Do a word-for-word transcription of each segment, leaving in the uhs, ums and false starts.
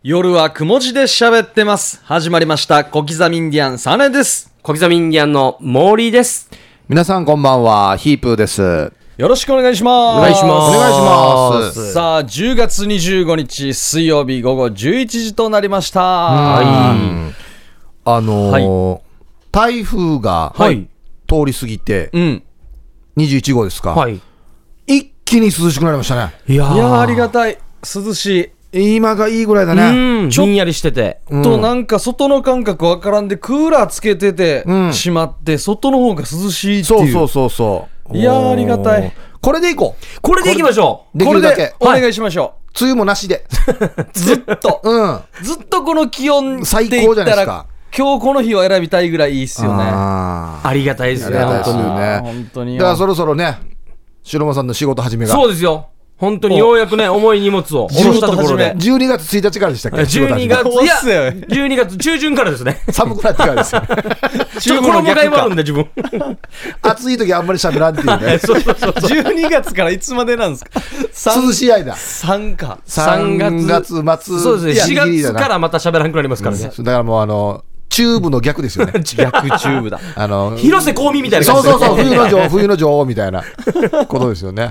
夜はくも字で喋ってます。始まりました。小刻みインディアンサネです。 小刻みインディアンのモーリーです。 皆さんこんばんは、ヒープーです。 よろしくお願いします。 お願いします。 お願いします。 さあ、じゅうがつにじゅうごにち水曜日午後じゅういちじとなりました。 はい。あのーはい、台風が、はい、通り過ぎて、うん、にじゅういちごうですか、はい、一気に涼しくなりましたね。 いやー、いやーありがたい。涼しい。 今がいいぐらいだね。 うん、ひんやりしてて、 ちょっとなんか外の感覚わからんでクーラーつけててしまって、うん、外の方が涼しいっていう。 そうそうそうそう。 いやーありがたい。 これでいこう。 これでいきましょう。 できるだけお願いしましょう。 はい、梅雨もなしでずっと、うん、ずっとこの気温って最高じゃないですか。 今日この日を選びたいぐらいいいっすよね。 あ, ありがたいですね。 本当にね。 本当に。 だからそろそろね、白間さんの仕事始めが。 そうですよ。本当にようやくね、重い荷物を下ろしたところでじゅうにがつついたちからでしたっけ。 じゅうにがつ、いやじゅうにがつちゅうじゅんからですね。 寒くなってからですよね。 ちょっと衣替えもあるんで自分暑い時あんまり喋らんっていうね。 そうそうそう。じゅうにがつからいつまでなんですか。 涼しい間さんかさんがつ末。 そうですね。しがつからまた喋らんくなりますからね。 だからもうあのチューブの逆ですよね。 逆チューブだ。 あの広瀬香美みたいな感じ。 そうそうそう。冬の女王、冬の女王みたいなことですよね。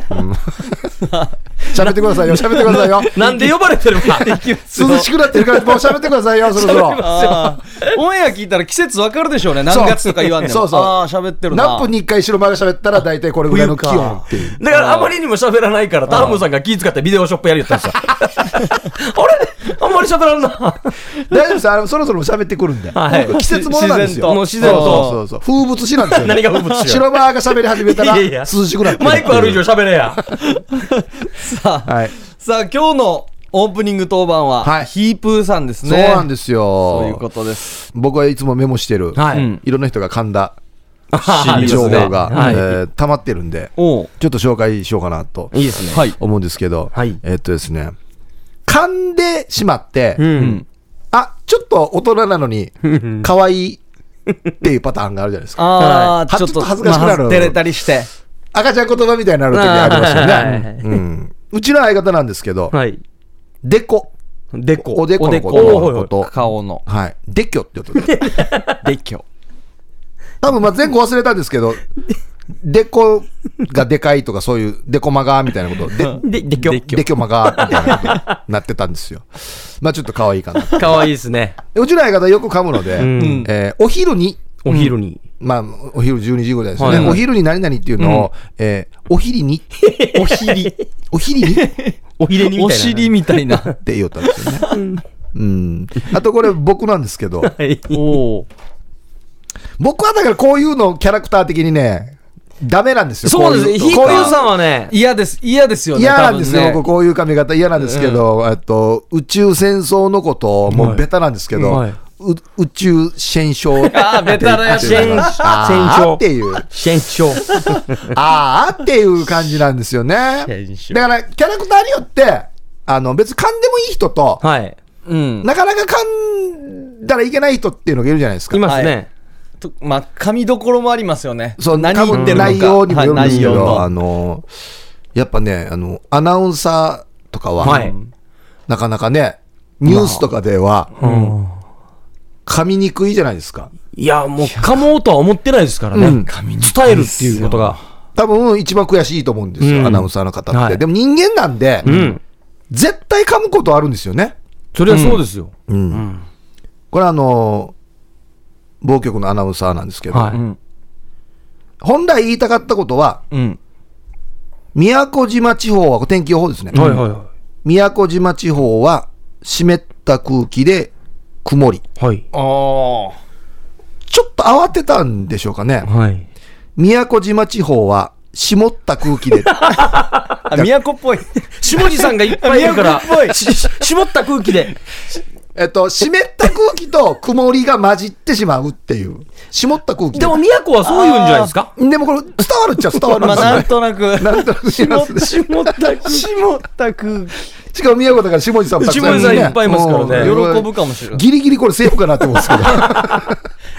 喋ってくださいよ。喋ってくださいよ。 なんで呼ばれてるか。 涼しくなってるからもう喋ってくださいよ。そろそろ。 オンエア聞いたら季節わかるでしょうね。何月とか言わんでも。そうそう。ああ喋ってるな。 何分にいっかい白間が喋ったら大体これぐらいの気温っていう。 だからあまりにも喋らないからタームさんが気遣ってビデオショップやりよったんですよ。あれあんまり喋らんな。 大丈夫です。あのそろそろ喋ってくるんで。はい。季節ものなんですよ。 もう自然と。 そうそうそう。風物詩なんですよ。 何が風物詩？ 白間が喋り始めたら涼しくなってる。 マイクある以上喋れや。 さあ、はい、さあ今日のオープニング当番は、はい、ヒープーさんですね。 そうなんですよ。 そういうことです。 僕はいつもメモしてる、はい、いろんな人が噛んだ新情報が、 はい、 えー、溜まってるんで、ちょっと紹介しようかなといいですね、 思うんですけど、 はい、 えー、っとですね、噛んでしまって、うん、あ、ちょっと大人なのに可愛いっていうパターンがあるじゃないですか。 ああ、 ちょっと恥ずかしくなる、 まあ、照れたりして赤ちゃん言葉みたいになる時ありますよね。うん、うちの相方なんですけど、はい、でこ、 でこ、 おでこのこと、 顔の、 はい、できょって言うと、 できょ。 多分まあ前後忘れたんですけど、でこがでかいとかそういうでこまがみたいなことで、できょ、 できょまがみたいなことなってたんですよ。まあちょっと可愛いかな。 可愛いですね。 うちの相方よく噛むので、うん、えー、お昼に。 お昼に、 うん、まあお昼じゅうにじぐらいですよね、はいはい、お昼に何々っていうのを、うん、えー、お昼にお昼お昼にお昼にみたいなお尻みたいなって言ったんですよね、うんうん、あとこれ僕なんですけど、はい、お僕はだからこういうのキャラクター的にねダメなんですよ。 そうです。ヒープーさんはね嫌です嫌ですよね。 嫌なんですよ、ね、僕こういう髪型嫌なんですけど、うん、と宇宙戦争のこともうベタなんですけど、はい、う宇宙戦勝ああベタなやつ戦勝っていう戦勝ああっていう感じなんですよね。だからキャラクターによってあの別に噛んでもいい人と、はい、うん、なかなか噛んだらいけない人っていうのがいるじゃないですか。 いますね、はい、 とまあ噛みどころもありますよね。 そう何言ってるのか内容にもよるんですけど、はい、あのやっぱねあのアナウンサーとかは、はい、なかなかねニュースとかでは、まあ、うん噛みにくいじゃないですか。 いやもう噛もうとは思ってないですからね、うん、伝えるっていうことが多分一番悔しいと思うんですよ、うん、アナウンサーの方って、はい、でも人間なんで、うん、絶対噛むことあるんですよね。 それはそうですよ、うんうん、 これはあの某局のアナウンサーなんですけど、はい、本来言いたかったことは、うん、宮古島地方は天気予報ですね、はいはいはい、宮古島地方は湿った空気で曇り、はい、あちょっと慌てたんでしょうかね、はい、宮古島地方は湿った空気で宮古っぽい下地さんがいっぱいいるから湿った空気でえっと、湿った空気と曇りが混じってしまうっていう湿った空気でも宮古はそういうんじゃないですか。 でもこれ伝わるっちゃ伝わるんですよ、ね、 まあ、なんとなくなんとなく湿った湿った空気しかも宮古だから下地さんもたくさんいる、ね、 下地さんいっぱいいますからね、 喜ぶかもしれない。 ギリギリこれセーフかなって思うんですけど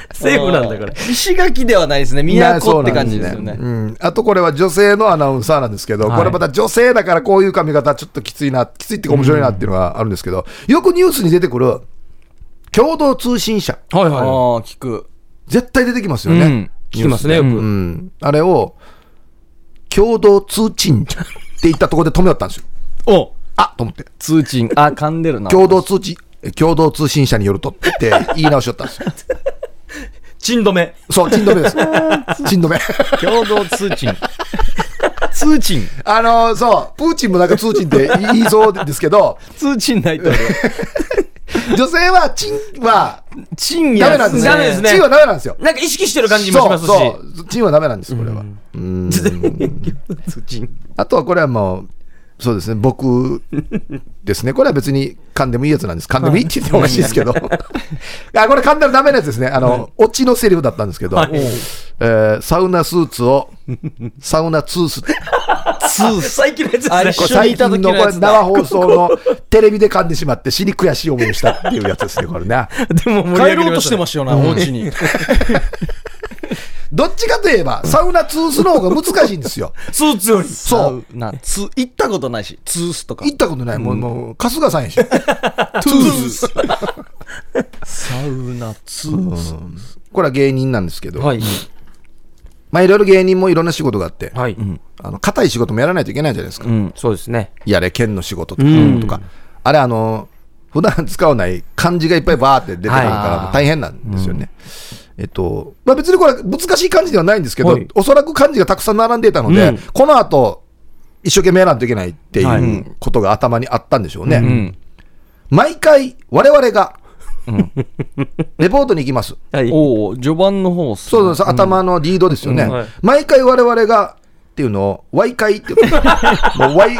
セーフなんだこれ。 石垣ではないですね。都って感じですよね。 うん、あとこれは女性のアナウンサーなんですけど、はい、これまた女性だからこういう髪型ちょっときついな、きついっていうか面白いなっていうのがあるんですけど、うん、よくニュースに出てくる共同通信社、 はいはい、あ聞く、 絶対出てきますよね、うん、 聞きますねよく、うん、 あれを共同通信って言ったところで止めよったんですよ。 おあと思って通信、あ噛んでるな。 共同通信共同通信社によるとって言い直しよったんですよ。 チン止め。 そう、チン止めです。チン止め。 共同通信。通信。 あのー、そう、プーチンもなんか通信って言いそうですけど、 通信ないと。 女性はチンは、 チンダメなんですね。 ダメですね。 チンはダメなんですよ。 なんか意識してる感じもしますし。 そうそう、チンはダメなんです、これは。うん。通信。あとはこれはもう、そうですね、僕ですね。これは別に噛んでもいいやつなんです。噛んでもいいって言ってもおかしいですけど。あ、これ噛んだらダメなやつですね。あの、オチのセリフだったんですけど、はい、えー、サウナスーツをサウナツース。 ツース。最近のやつですね。 最近のこれ生放送のテレビで噛んでしまって死に悔しい思いをしたっていうやつですね、これね。 でも帰ろうとしてましたよな、お家に。 どっちかといえばサウナツースの方が難しいんですよ。 スーツより。 そうなツ行ったことないし、ツースとか行ったことない、もう、もう春日さんやし。トゥース。 サウナツース、 これは芸人なんですけど、 はい、 まあいろいろ芸人もいろんな仕事があって、 はい、 あの硬い仕事もやらないといけないじゃないですか、 うん、そうですね。 やれ県の仕事とか、とかあれあの普段使わない漢字がいっぱいバーって出てくるから大変なんですよね。えっとまあ、別にこれ難しい漢字ではないんですけど、はい、おそらく漢字がたくさん並んでいたので、うん、この後一生懸命やらないといけないっていうことが頭にあったんでしょうね、はい、うん、毎回我々が、うん、レポートに行きます、 はい、お序盤の方、 そうそうそう、うん、頭のリードですよね、うん、はい、毎回我々がっていうのを Y 会って言うもう Y,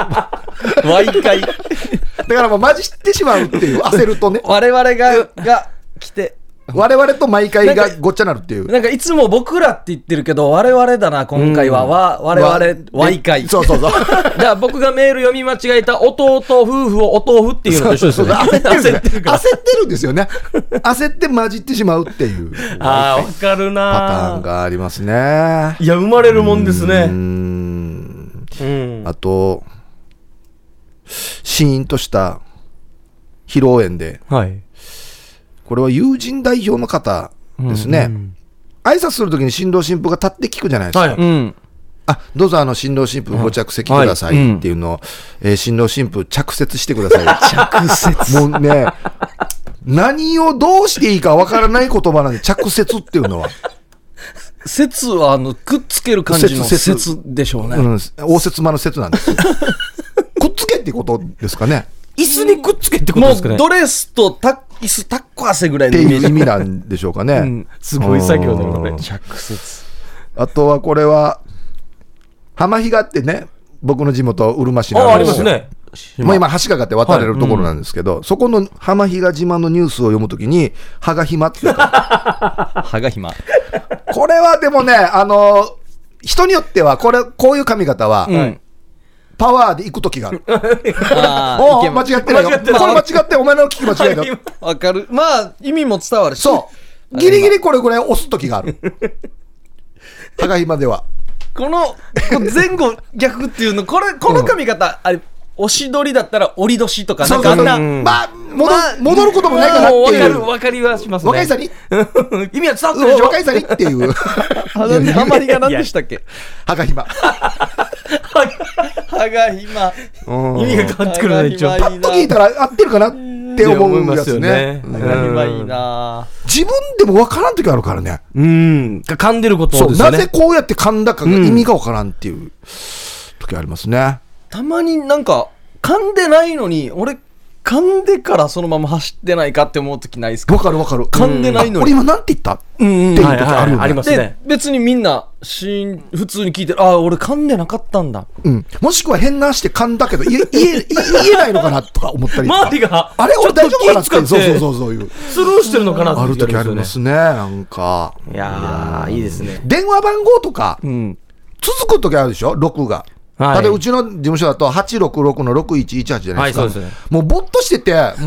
Y 会だからもう混じってしまうっていう焦るとね我々がが来て我々と毎回がごっちゃなるっていう。 なんかいつも僕らって言ってるけど我々だな今回は、うん、わ我々 Y 会。 そうそうそう。 だから僕がメール読み間違えた弟夫婦をお豆腐っていうのと一緒ですよね。 焦ってる、焦ってるから焦ってるんですよね。焦って混じってしまうっていう。 ああわかるな。 パターンがありますね。 いや生まれるもんですね。 うーん、うん、あとシーンとした披露宴で。 はい。 これは友人代表の方ですね、うんうん、挨拶するときに新郎新婦が立って聞くじゃないですか、はい、うん、あどうぞあの新郎新婦ご着席くださいっていうのを、はい、えー、新郎新婦着雪してください。 着雪もうね何をどうしていいかわからない言葉なんで着雪っていうのは雪はあのくっつける感じの雪でしょうね、うん、 応接間の雪なんですよくっつけってことですかね。 椅子にくっつけってことですかね。 もうドレスとタ椅子タッコ汗ぐらいのイメージ意味なんでしょうかね、うん、 すごい作業だよこれ。 着雪。 あとはこれは浜比嘉ってね、僕の地元うるま市にあるんですよ。ありますね。 もう今橋がかって渡れるところなんですけど、はい、うん、そこの浜比嘉島のニュースを読むときにはがひまって言ったはがひまこれはでもね、あの人によってはこれこういう髪型は、うん、パワーで行くときがある。あお間違ってないよ。これ間違ってお前の聞き間違いだ。 わかる。まあ意味も伝わるし。 そう。ギリギリこれぐらい押すときがある。はがひまでは。 この前後逆っていうの、これこの髪型、あれおしどりだったら折り年とかなんかあんな、 まあ戻、まあ、戻ることもないかなっていう。 わかるわかりはしますね。 若いさに意味は伝わってるでしょ。 若いさにっていう。 はまりが何でしたっけ。 はがひま。 はがひま。 意味が変わってくるね一応。 パッと聞いたら合ってるかなって思うやつね。 はがひまいいな。 自分でも分からん時あるからね。 うん。噛んでることですよね。 そう。なぜこうやって噛んだかが意味が分からんっていう時ありますね。 たまになんか噛んでないのに俺噛んでからそのまま走ってないかって思う時ないですか。 わかるわかる。 噛んでないのに、 俺今なんて言った、うんうん、っていう時あるよね。 ありますね。で別にみんなシーン普通に聞いてる、ああ俺噛んでなかったんだ、 うん、もしくは変なして噛んだけど言え言え言えないのかなとか思ったりとか周りがあれ俺大丈夫かなってそうそうそうそういうスルーしてるのかなってある時ありますね。なんかいやーいいですね。 電話番号とか、うん、続く時あるでしょ、ろくが。はい、例えばうちの事務所だとはちろくろくのろくいちいちはちじゃないですか、はい、そうですね、もうぼっとしててもう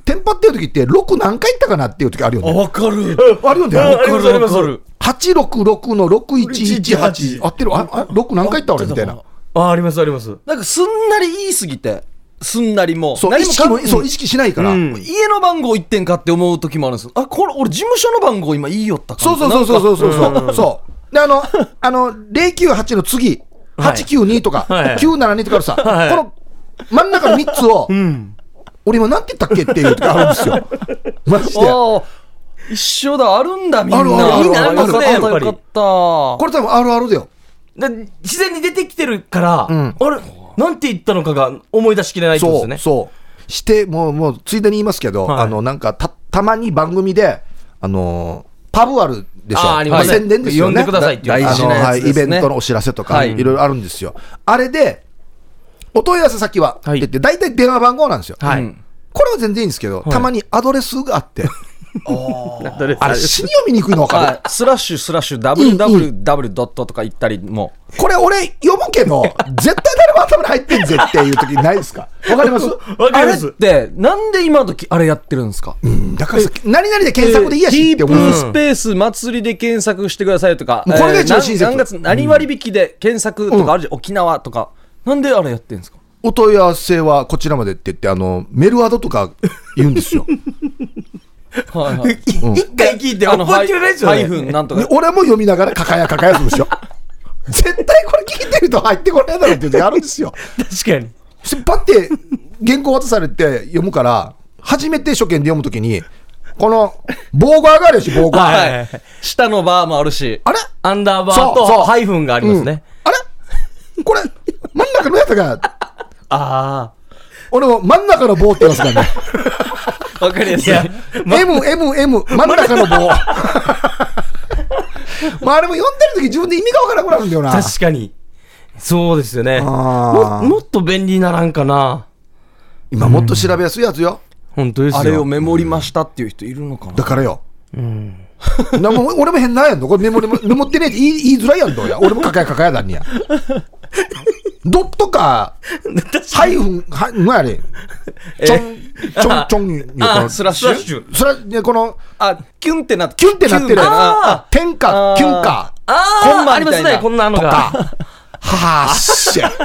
テンパってる時ってろく何回いったかなっていう時あるよね。 あ、わかる。 あるよね。 ありますありますわかる。 はちろくろくのろくいちいちはち。合ってる。あ、あろく何回いった俺みたいな。 あ、ありますあります。 なんかすんなり言いすぎて、すんなりも。 そう、意識も、そう、意識しないから。 家の番号言ってんかって思う時もあるんですよ。あ、これ、俺事務所の番号今言いよったかそうそうそうそうそうそうそう。そうで、あの、あの、ゼロきゅうはちの次、はちきゅうにとか、きゅうななにとかさ、この真ん中のみっつを、俺今なんて言ったっけっていう時あるんですよ。マジで。 一緒だ、あるんだ、みんな。 あるあるみんなありますね、やっぱり。 よかった。これ多分あるあるだよ。 自然に出てきてるから、あれなんて言ったのかが思い出しきれないってことですね。 そうそうしてもうもうついでに言いますけど、はい、あのなんか た, たまに番組であのパブあるでしょ。あ、 まあ、 宣伝ですよね。 呼んでくださいっていう大事なやつですね。はい、イベントのお知らせとか、はい、いろいろあるんですよ。あれでお問い合わせ先はって言って大体電話番号なんですよ。はい、うん、これは全然いいんですけど、はい、たまにアドレスがあって。あれ死に読みにくいの分かる、はい、 スラッシュスラッシュ ダブリューダブリューダブリュー ドットとか言ったりもこれ俺読むけど絶対誰も頭に入ってんぜっていう時ないですか。わかります。 あれってなんで今時あれやってるんですか。 うん、だから何々で検索でいいやしって思う。 キープスペース祭りで検索してくださいとか、 これが一番親切。 何月何割引きで検索とかあるじゃん、うん、沖縄とか。なんであれやってるんですか。 お問い合わせはこちらまでって言ってあのメルアドとか言うんですよ。 はいはい、うん、一回聞いて覚えてないですよね。 なんとか俺も読みながらかかやかかやするでしょ。絶対これ聞いてると入ってこないだろうっていう時あるんですよ。 確かに。 パッて原稿渡されて読むから初めて初見で読むときにこの棒が上がるし棒が、はいはい、 下のバーもあるしあれアンダーバーとハイフンがありますね、 うん、あれこれ真ん中のやつがああ俺も真ん中の棒って言いますからね。 わかりやすい。 エムエムエム 真ん中の棒。まああれも読んでる時自分で意味がわからなくなるんだよな。 確かにそうですよね。 も, もっと便利ならんかな。 今もっと調べやすいやつよ、 うん、本当ですよ。 あれをメモりましたっていう人いるのかな。 だからよ、うん、なも俺も変なやんのこれメモりメモってねえって言い、言いづらいやんどうや。俺もかかやかかやだんにや。ドットかハイフンは何やれちょんちょんちょんあスラッシュスラッこのあキュンってなってキュンってなってるやつ。点かキュンかあコンマありますね。こんなのがはっしゃ。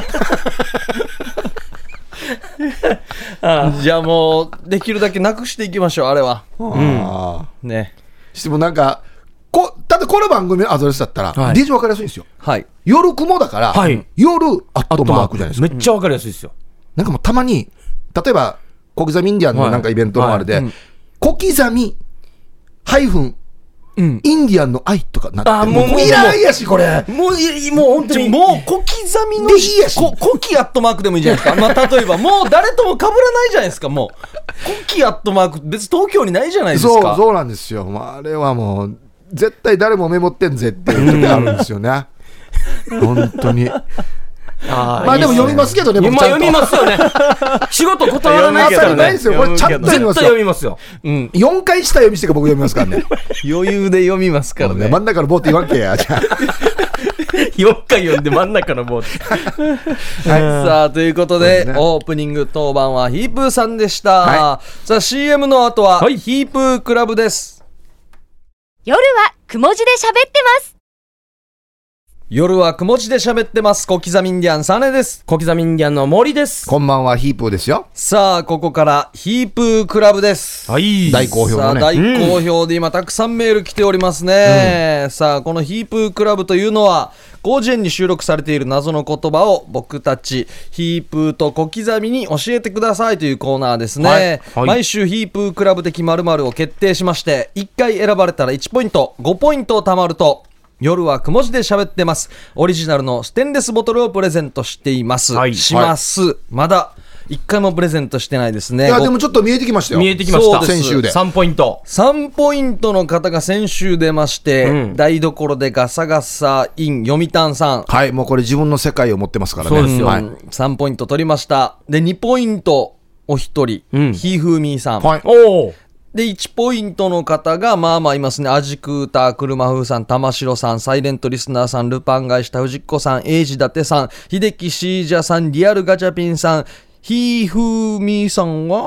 じゃあもうできるだけなくしていきましょうあれは。 あうん、ね。 してもなんかこだってこの番組のアドレスだったら、はい、デージ分かりやすいんですよ。 はい。 夜雲だから、はい、夜アットマークじゃないですか。 めっちゃ分かりやすいですよ。 なんかもうたまに例えば小刻みインディアンのなんかイベントのあれで、はいはい、小刻みハイフンうん、インディアンの愛とかなってあもうもういらんやしこれもういもう本当にもう小刻みのでいいやしこコキアットマークでもいいじゃないですか。まあ例えばもう誰とも被らないじゃないですか。もうコキアットマーク別に東京にないじゃないですか。 そうそうなんですよ、まあ、あれはもう絶対誰もメモってんぜっていう時あるんですよね。本当にあまあでも読みますけどね。 僕ちゃんと読みますよね。仕事断らないけどね。 ないですよ。これちゃんと読みますよ。 絶対読みますよ。 うん。 よんかい下読みしてから僕読みますからね。 余裕で読みますからね。 真ん中の棒って言わんけや。じゃあよんかい読んで真ん中の棒って。 はい。さあということで、ね、オープニング当番はヒープーさんでした。はい、さあ シーエム の後は、はい、ヒープークラブです。 夜はくも字で喋ってます。 夜はくも字で喋ってます。小刻みインディアンサネです。 小刻みインディアンの森です。 こんばんはヒープーですよ。 さあここからヒープークラブです。 はい。 大好評のね。 さあ大好評で今たくさんメール来ておりますね、うん、さあこのヒープークラブというのは広辞苑に収録されている謎の言葉を僕たちヒープーと小刻みに教えてくださいというコーナーですね、はいはい、毎週ヒープークラブ的〇〇を決定しまして、いっかい選ばれたらいちポイント、ごポイント貯まると夜はくも字で喋ってますオリジナルのステンレスボトルをプレゼントしています、はい、します、はい、まだいっかいもプレゼントしてないですね。 いやでもちょっと見えてきましたよ。 見えてきました。 先週でさんポイントさんポイントの方が先週出まして、うん、台所でガサガサイン読谷さん。 はい、もうこれ自分の世界を持ってますからね。 そうですよ、 はい、 さんポイント取りました。でにポイントお一人、うん、ひふみさん、 はい、 おーでいちポイントの方がまあまあいますね。アジクーター、車風さん、玉城さん、サイレントリスナーさん、ルパン返した藤子さん、エイジダテさん、秀樹シージャさん、リアルガチャピンさん、ひふみさんは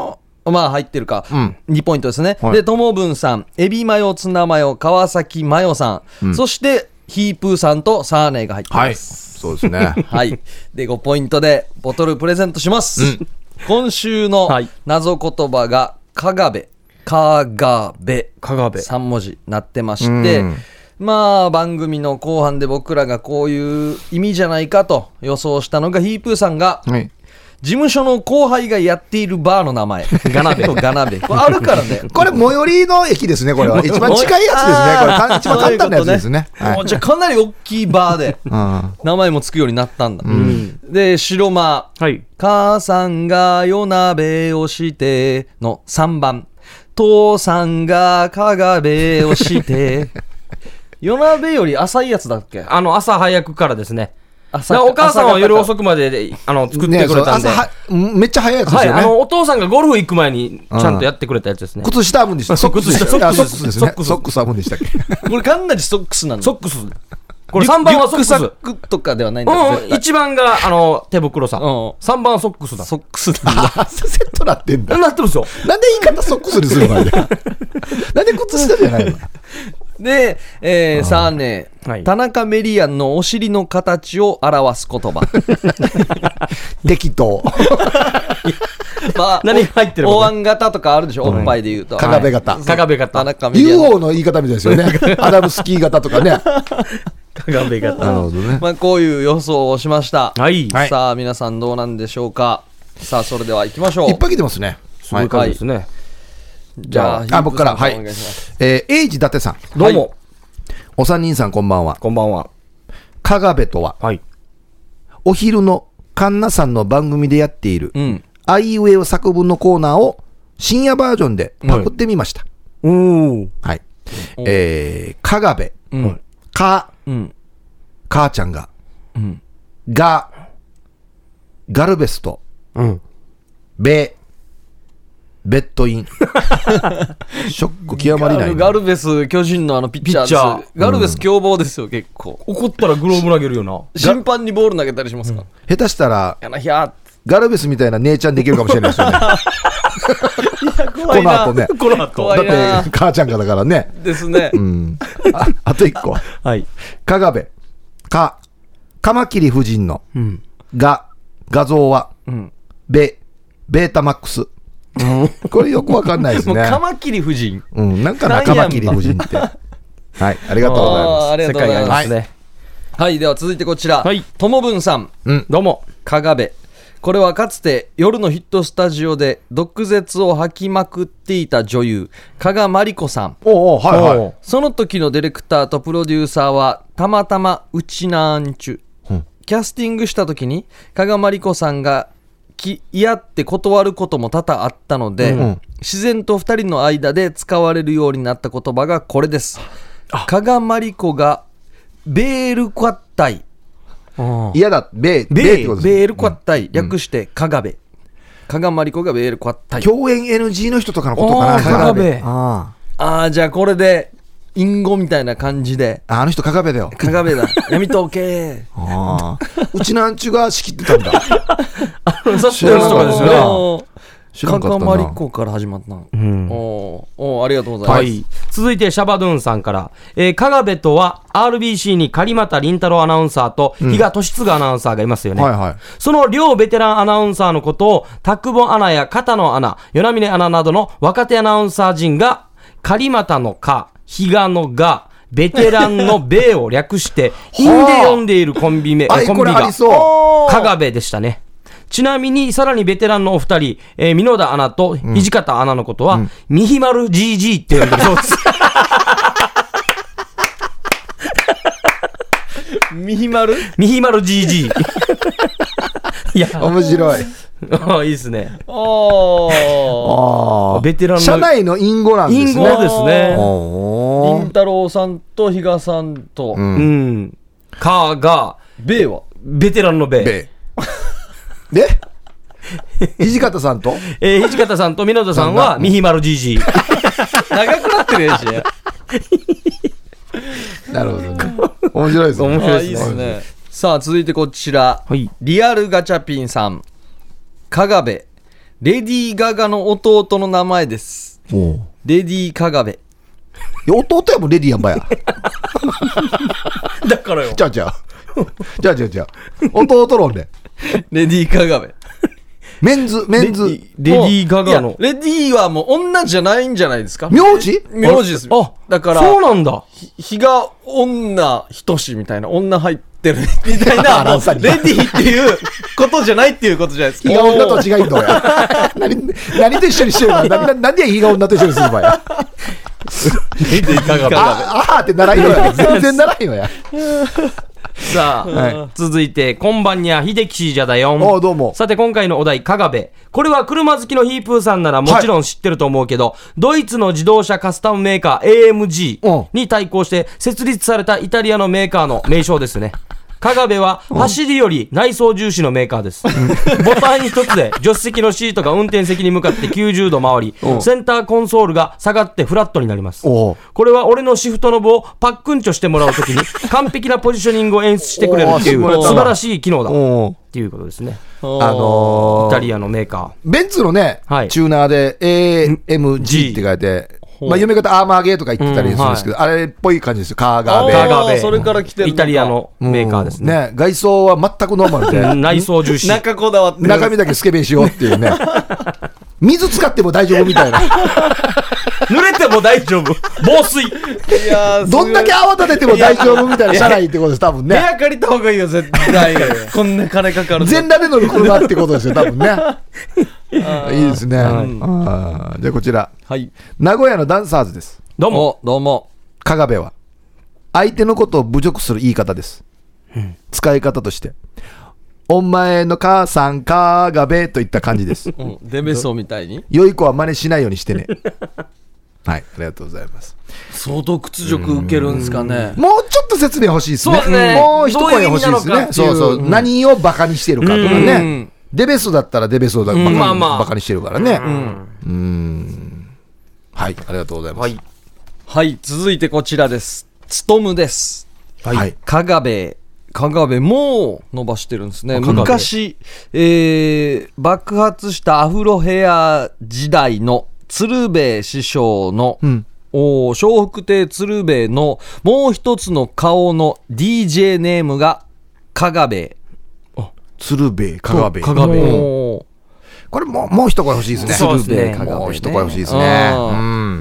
まあ入ってるか、 うん、 にポイントですね、 はい、 でともぶんさん、エビマヨツナマヨ川崎マヨさん、うん、そしてヒープーさんとサーネーが入ってます、 はい、そうですねはいでごポイントでボトルプレゼントします、うん、今週の謎言葉がかがべかがべさん文字なってまして、うん、まあ番組の後半で僕らがこういう意味じゃないかと予想したのが、ヒープーさんが、はい、事務所の後輩がやっているバーの名前ガナベガナベこれあるからねこれ最寄りの駅ですね。これは一番近いやつですね。これ一番簡単なやつですね。 はい、じゃあかなり大きいバーで名前もつくようになったんだ、うん、で白間、はい、母さんが夜鍋をしてのさんばん、父さんがかがべをして夜鍋より浅いやつだっけ。 あの朝早くからですね。お母さんは夜遅くまでであの作ってくれたんで、ね、 めっちゃ早いやつですよね、 はい、あのお父さんがゴルフ行く前にちゃんとやってくれたやつですね。 靴下編むんでした。ソックスソックスですね。ソックス編むんでしたっけ。 これかなりソックスなんだ。 ソックスこれさんばんはソックス。 リュックサックとかではないんだ、 うん、いちばんがあの手袋さ、うん、さんばんはソックスだ。 ソックスなんだ。 セットなってんだ。 なってるんですよ。 なんで言い方ソックスにするの。なんで靴下じゃないの。 で、えー、さあね、はい、田中メリアンのお尻の形を表す言葉適当まあ、何入ってるお椀型とかあるでしょ、うん、おっぱいで言うとかがべ型、 かがべ型ユーフォー の言い方みたいですよねアダムスキー型とかねかがべ型、 なるほどね、 まあ、こういう予想をしました、 はい、 さあ皆さんどうなんでしょうか。さあそれでは行きましょう。 いっぱい来てますね。 そういう感じですね、はい、 じゃあ、あ僕から、はい、えー、エイジ伊達さん、 どうも、はい、 お三人さんこんばんは。 こんばんは。 かがべとは、はい、お昼のカンナさんの番組でやっている、うん、あいうえお作文のコーナーを深夜バージョンでパクってみました。 うん、 はい、えー、かがべ、うん、か、うん、母ちゃんが、うん、が、ガルベスト、うん、べ、ベッドインショック極まりないな。 ガルベス巨人のあのピッチャーです。ーガルベス凶暴ですよ、結構。 怒ったらグローブ投げるよな。 審判にボール投げたりしますか、うん、 下手したらガルベスみたいな姉ちゃんできるかもしれないですよねいや怖いな。 この後ね、 この後だって母ちゃんがだからねですね、 うん、あ, あと一個はいかがべかカマキリ夫人の、うん、が画像は、うん、ベベータマックスこれよくわかんないですね。もうカマキリ夫人、 うん、なんかなカマキリ夫人ってはい、ありがとうございます。 ありがとうございます、 ね、 はい、はい、では続いてこちら、 はい、 ともぶんさん、 うん、どうも。 かがべ、これはかつて夜のヒットスタジオで毒舌を吐きまくっていた女優加賀まりこさん。 おお、はいはい。 その時のディレクターとプロデューサーはたまたまうちなんちゅ、うん、キャスティングした時に加賀まりこさんが嫌って断ることも多々あったので、うん、自然とふたりの間で使われるようになった言葉がこれです。加賀まりこがベールクワッタイ、 嫌だ、ベー、 ベーってことです。ベールクワッタイ、うん、略して加賀べ。加賀まりこがベールクワッタイ。 共演 エヌジー の人とかのことかな。 加賀べ。ああ、じゃあこれで隠語みたいな感じで、 あ, あの人かがべだよ、 かがべだやめとけあうちなんちゅが仕切ってたんだあのさっきの人がですよね。 かがまりこから始まったな、うん、おおありがとうございます、はい、 続いてシャバドゥンさんから、えー、かがべとは アールビーシー に狩俣倫太郎アナウンサーと比嘉俊嗣アナウンサーがいますよね、 うんはいはい、 その両ベテランアナウンサーのことを田久保アナや片野アナ、与那嶺アナなどの若手アナウンサー陣が狩俣のか、比嘉のが、ベテランのベを略して韻で読んでいるコンビ名、コンビがかがべでしたね。ちなみにさらにベテランのお二人、えー、箕田アナと土方アナのことは、うん、ミヒマル ジージー って呼んでるそうですミヒマルミヒマル ジージー いや面白いあいいですね。 ああベテランの社内の隠語なんですね。 隠語ですね。 倫太郎さんと比嘉さんと、 うんうん、かがベはベテランのベベで土方さんと、 えー、土方さんと箕田さんはミヒマル ジージー長くなってるやしなるほどね。面白いですね。 面白いですね。 いいですね。さあ続いてこちら、 はい、 リアルガチャピンさん、かがべレディー・ガガの弟の名前です。 おうレディー・カガベ。 いや弟やもんレディーやんばや。 だからよ。 じゃあじゃあじゃあじゃあじゃあ弟論でレディー・カガベ。 メンズメンズレディー・ガガのいやレディーはもう女じゃないんじゃないですか。 名字名字です。 あ、 だからそうなんだ。 日が女等しみたいな、女入ってるみたいな、 アナウンサーにレディーっていうことじゃないっていうことじゃないですか。 日が女と違いんだや何何と一緒にしてるの何何で日が女と一緒にするのやレディー・カガベ。 ああーってならんよや全然ならんよや。 さあ、 はい続いて、こんばんにゃ、秀樹じゃだよん。 おうどうも。 さて、今回のお題、カガベ。これは車好きのヒープーさんならもちろん知ってると思うけど、ドイツの自動車カスタムメーカー エーエムジー に対抗して設立されたイタリアのメーカーの名称ですね。カガベは走りより内装重視のメーカーです。ボタン一つで助手席のシートが運転席に向かってきゅうじゅうど回り、センターコンソールが下がってフラットになります。 おうこれは俺のシフトノブをパックンチョしてもらうときに完璧なポジショニングを演出してくれるっていうおー素晴らしい機能だっおうていうことですね。 あのーイタリアのメーカベンツのね、 はいチューナーで エーエムジー って書いて、まあ、読み方アーマーゲーとか言ってたりするんですけど、あれっぽい感じですよ。カーガーベ。 カーガーベそれから来てるー。イタリアのメーカーですね。 ね、外装は全くノーマルで、 内装重視。 中こだわってる。 中身だけスケベにしようっていうね。水使っても大丈夫みたいな。 濡れても大丈夫。防水。 いやーどんだけ泡立てても大丈夫みたいな車内ってことです、多分部ね。 屋借りた方がいいよ、絶対。こんな金かかると。 全裸で乗る車ってことですよ、多分ね。いいですね。あーじゃあこちら。 はい。 名古屋のダンサーズです。 どうも。 お、どうも。 カガベは相手のことを侮辱する言い方です、うん、使い方としてお前の母さんカガベといった感じです、 うん、デベソみたいに良い子は真似しないようにしてねはい、ありがとうございます。 相当屈辱受けるんですかね。 もうちょっと説明欲しいですね。 そうですねもう一声欲しいですね。そうそう、うん、何をバカにしてるかとかね。デベソだったらデベソだバカに、まあまあ、バカにしてるからね。うん、うーんはい、ありがとうございます。 はいはい、続いてこちらです。つとむです。 はい。 かがべ、かがべも伸ばしてるんですね。昔、えー、爆発したアフロヘア時代の鶴瓶師匠の、うん、お笑福亭鶴瓶のもう一つの顔の ディージェー ネームがかがべ。 鶴瓶、かがべ。 かがべ。 これももう一声欲しいですね。 そうですね。 もう一声欲しいですね。うん、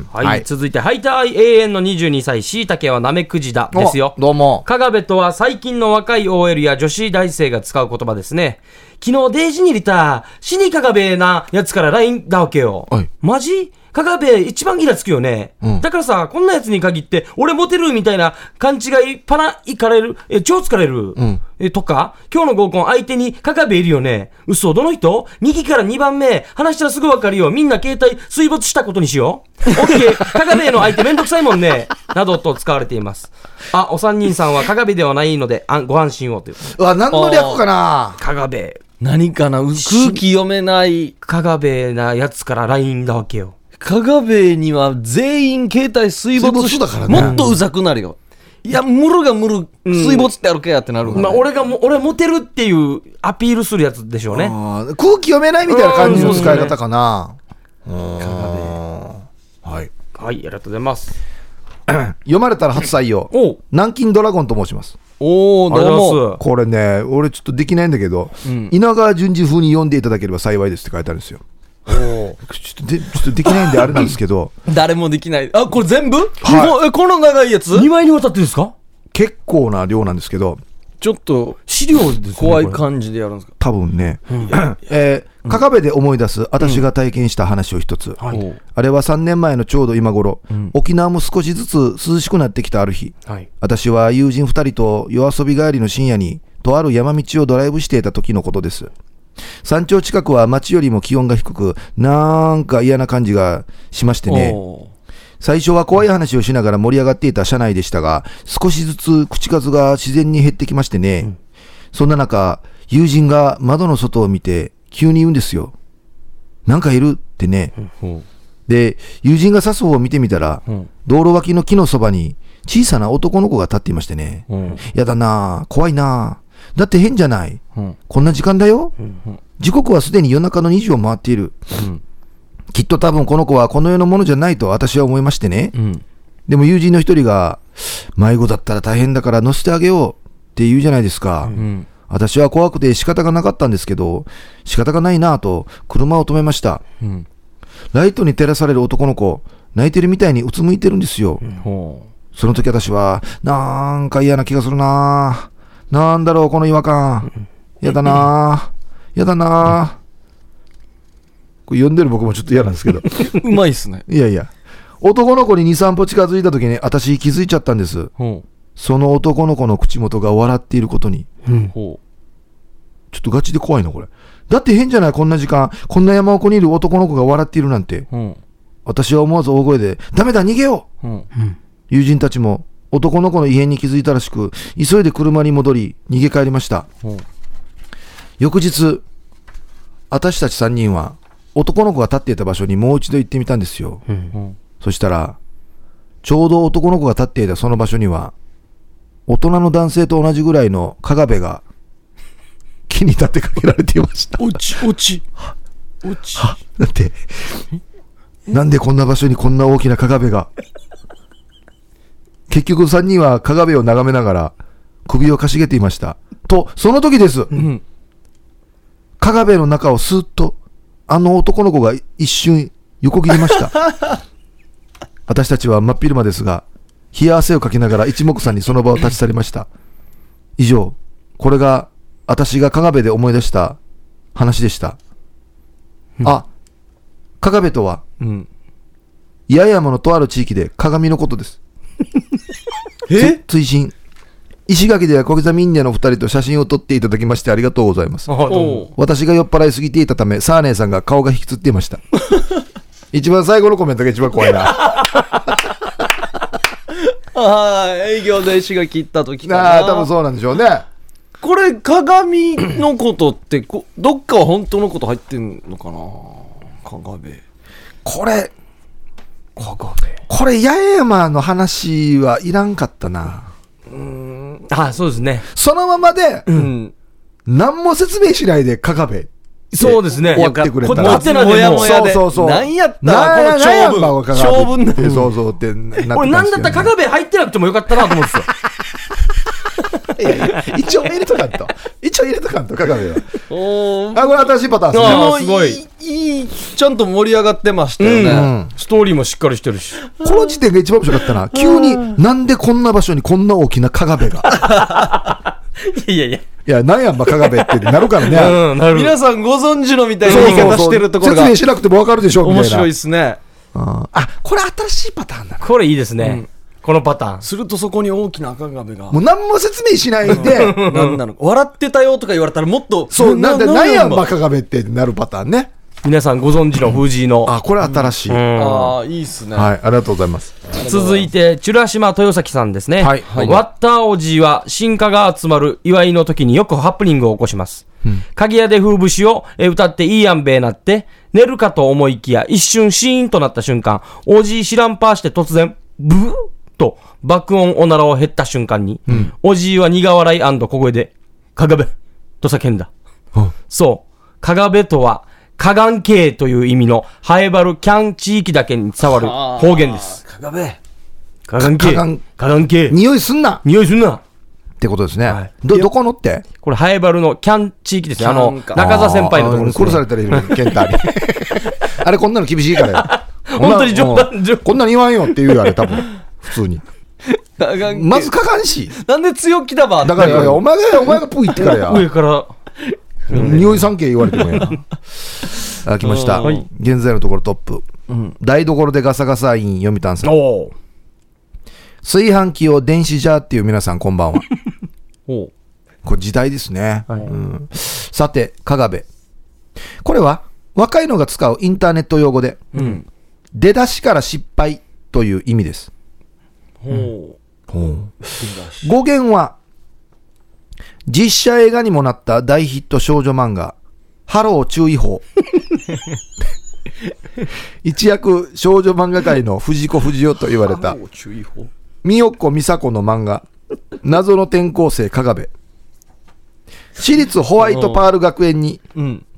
はい、はい。続いて、ハイター永遠のにじゅうにさい、しいたけはなめくじだですよ。 どうも。 かがべとは最近の若い オーエル や女子大生が使う言葉ですね。昨日デージに入れた死にかがべなやつから ライン だわけよ。はい、マジかがべ一番ギラつくよね、うん、だからさ、こんなやつに限って俺モテるみたいな勘違いパラいかれる、え超疲れる、うん、えとか今日の合コン相手にかがべいるよね。嘘、どの人？右からにばんめ話したらすぐわかるよ。みんな携帯水没したことにしよう。オッケー、かがべの相手めんどくさいもんねなどと使われています。あ、お三人さんはかがべではないのであご安心をという。 うわ、何の略かな。 かがべ何かな、空気読めないかがべなやつから ライン だわけよ。 かがべには全員携帯水没したからね。もっとうざくなるよ。いや、ムルがムル水没ってあるかやってなるから、ね。 まあ、俺がも俺モテるっていうアピールするやつでしょうね。 空気読めないみたいな感じの使い方かな。かがべ。はい。 はい、ありがとうございます。 読まれたら初採用。南京ドラゴンと申します。 おー、どうも。 これね、俺ちょっとできないんだけど、うん、稲川淳二風に読んでいただければ幸いですって書いてあるんですよ。おちょっとでちょっとできないんであれなんですけど誰もできない。あ、これ全部、はい、えこの長いやつにまいにわたってですか。 結構な量なんですけど、 ちょっと資料ですね、怖い感じでやるんですか多分ね、うん、えー、かがべで思い出す私が体験した話を一つ、うんはい、あれはさんねんまえのちょうど今頃、うん、沖縄も少しずつ涼しくなってきたある日、はい、私は友人ふたりと夜遊び帰りの深夜にとある山道をドライブしていた時のことです。山頂近くは町よりも気温が低く、なんか嫌な感じがしましてね。最初は怖い話をしながら盛り上がっていた車内でしたが、少しずつ口数が自然に減ってきましてね、うん、そんな中友人が窓の外を見て急に言うんですよ。なんかいるってね、うん、で友人が指す方を見てみたら、うん、道路脇の木のそばに小さな男の子が立っていましてね、うん、やだな、怖いな、だって変じゃない、うん、こんな時間だよ、うん、 時刻はすでに夜中のにじを回っている、うん、きっと多分この子はこの世のものじゃないと私は思いましてね、うん、でも友人の一人が迷子だったら大変だから乗せてあげようって言うじゃないですか、うん、私は怖くて仕方がなかったんですけど仕方がないなぁと車を止めました、うん、ライトに照らされる男の子泣いてるみたいにうつむいてるんですよ、うん、その時私はなんか嫌な気がするなぁ、なんだろうこの違和感、やだなぁやだなこれ読んでる僕もちょっと嫌なんですけどうまいっすね。 いやいや男の子に にさん歩近づいた時に私気づいちゃったんです、うん、その男の子の口元が笑っていることに、うん、ちょっとガチで怖いなこれ。だって変じゃないこんな時間こんな山奥にいる男の子が笑っているなんて、うん、私は思わず大声でダメだ逃げよう、うん、友人たちも男の子の異変に気づいたらしく急いで車に戻り逃げ帰りました、うん、翌日私たちさんにんは男の子が立っていた場所にもう一度行ってみたんですよ、うん、そしたらちょうど男の子が立っていたその場所には大人の男性と同じぐらいのカガベが木に立てかけられていました。 おちおちおちだってなんでこんな場所にこんな大きなカガベが結局さんにんはカガベを眺めながら首をかしげていましたとその時です、うん、カガベの中をスーッとあの男の子が一瞬横切りました私たちは真っ昼間ですが冷や汗をかきながら一目散にその場を立ち去りました以上これが私がカガベで思い出した話でした、うん、あカガベとは、うん、八重山のとある地域で鏡のことですえ追伸石垣では小刻みインディアのふたりと写真を撮っていただきましてありがとうございます。私が酔っ払いすぎていたためサーネーさんが顔が引きつっていました一番最後のコメントが一番怖いなあ営業で石垣行った時かな。 あ多分そうなんでしょうね。 これ鏡のことってこどっかは本当のこと入ってんのかな。鏡これ鏡これ八重山の話はいらんかったな。 うーんあそうですね。 そのままで、うん、何も説明しないで鏡そうですね。 終わってくれたら。 こっちもやもやで。 そうそうそう。 何やったらこの長文長文なんてそうそうってなって、ね。 俺なんだったら鏡入ってなくてもよかったなと思うんですよ。 いやいや一応入れとかんと一応入れとかんと鏡は。おあこれ新しいパターンですね。 あすごいいいちゃんと盛り上がってましたよね、うんうん。 ストーリーもしっかりしてるし。 この時点が一番面白かったな。急になんでこんな場所にこんな大きな鏡が。 いやいや。 いや、なんやんばかがべってなるからね、 うん、なる皆さんご存知のみたいな言い方してるところが説明しなくても分かるでしょみたいな。 面白いですね。 ああ、これ新しいパターンだな。 これいいですね、うん、このパターン。 するとそこに大きな赤亀がもう何も説明しないでなんなの笑ってたよとか言われたらもっとそうなんでなんやんばかがべってなるパターンね。 皆さんご存知の藤井の、 うん、あこれ新しい、うん、 ああいいっすね。 はいありがとうございます。 続いてチュラシマ豊崎さんですね。はい、はい、ワッターおじは進化が集まる祝いの時によくハプニングを起こします、うん、鍵屋で風節を歌っていいやんべえなって寝るかと思いきや一瞬シーンとなった瞬間おじい知らんぱーして突然ブーッと爆音おならを減った瞬間に、うん、おじいは苦笑い&小声でかがべと叫んだ、うん、そうかがべとはかがん系という意味のハエバルキャン地域だけに伝わる方言です。 かがべかがん系かがん系匂いすんな匂いすんなってことですね、はい、ど, どこのってこれハエバルのキャン地域ですね。あの中澤先輩のところですね。 殺されたらいるケンタにあれこんなの厳しいからよ本当に冗談こんなの言わんよって言うよあれ多分普通にまずかかんしなんで強気だばだからいやお前がお前がプイってからや上から匂い三景言われてもやなあ来ました、はい、現在のところトップ、うん、台所でガサガサイン読谷さんお炊飯器を電子ジャーっていう皆さんこんばんはおこれ時代ですね、はいうん、さてかがべこれは若いのが使うインターネット用語で、うん、出だしから失敗という意味です、うん、ほう語源は実写映画にもなった大ヒット少女漫画ハロー注意報一躍少女漫画界の藤子不二雄と言われた三代子美佐子の漫画謎の転校生かがべ私立ホワイトパール学園に通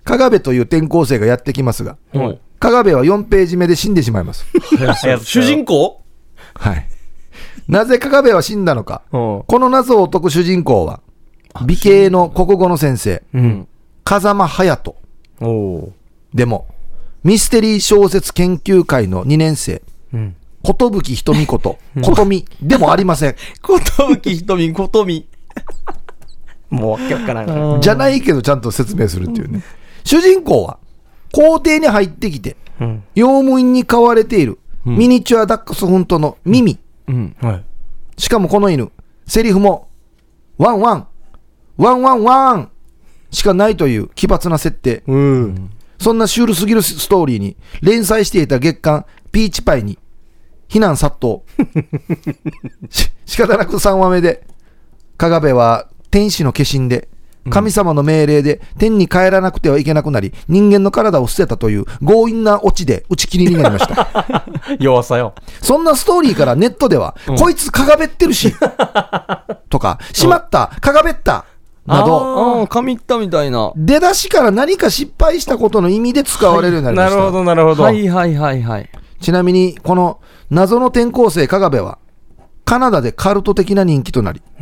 加賀部という転校生がやってきますが、 うん、 加賀部はよんページ目で死んでしまいます。 主人公？ はい。なぜ加賀部は死んだのか、この謎を解く主人公は美形の国語の先生、うん、風間隼人。おでもミステリー小説研究会のにねん生、うん、寿ひとみことことみでもありません。 寿ひとみことみもうわけわからないじゃないけどちゃんと説明するっていうね、うん、主人公は校庭に入ってきて、うん、用務員に飼われているミニチュアダックスフントのミミ、うんうんはい、しかもこの犬セリフもワンワンワンワンワンしかないという奇抜な設定、うん、そんなシュールすぎるストーリーに連載していた月刊ピーチパイに非難殺到し仕方なくさんわめで加賀部は天使の化身で神様の命令で天に帰らなくてはいけなくなり人間の体を捨てたという強引なオチで打ち切りになりました弱さよ。 そんなストーリーからネットでは、うん、こいつ加賀べってるしとかしまった加賀べったなど神ったみたいな出だしから何か失敗したことの意味で使われるようになりました、 はい、なるほどなるほど。 はいはいはいはい。 ちなみにこの謎の転校生加賀部はカナダでカルト的な人気となり、うん、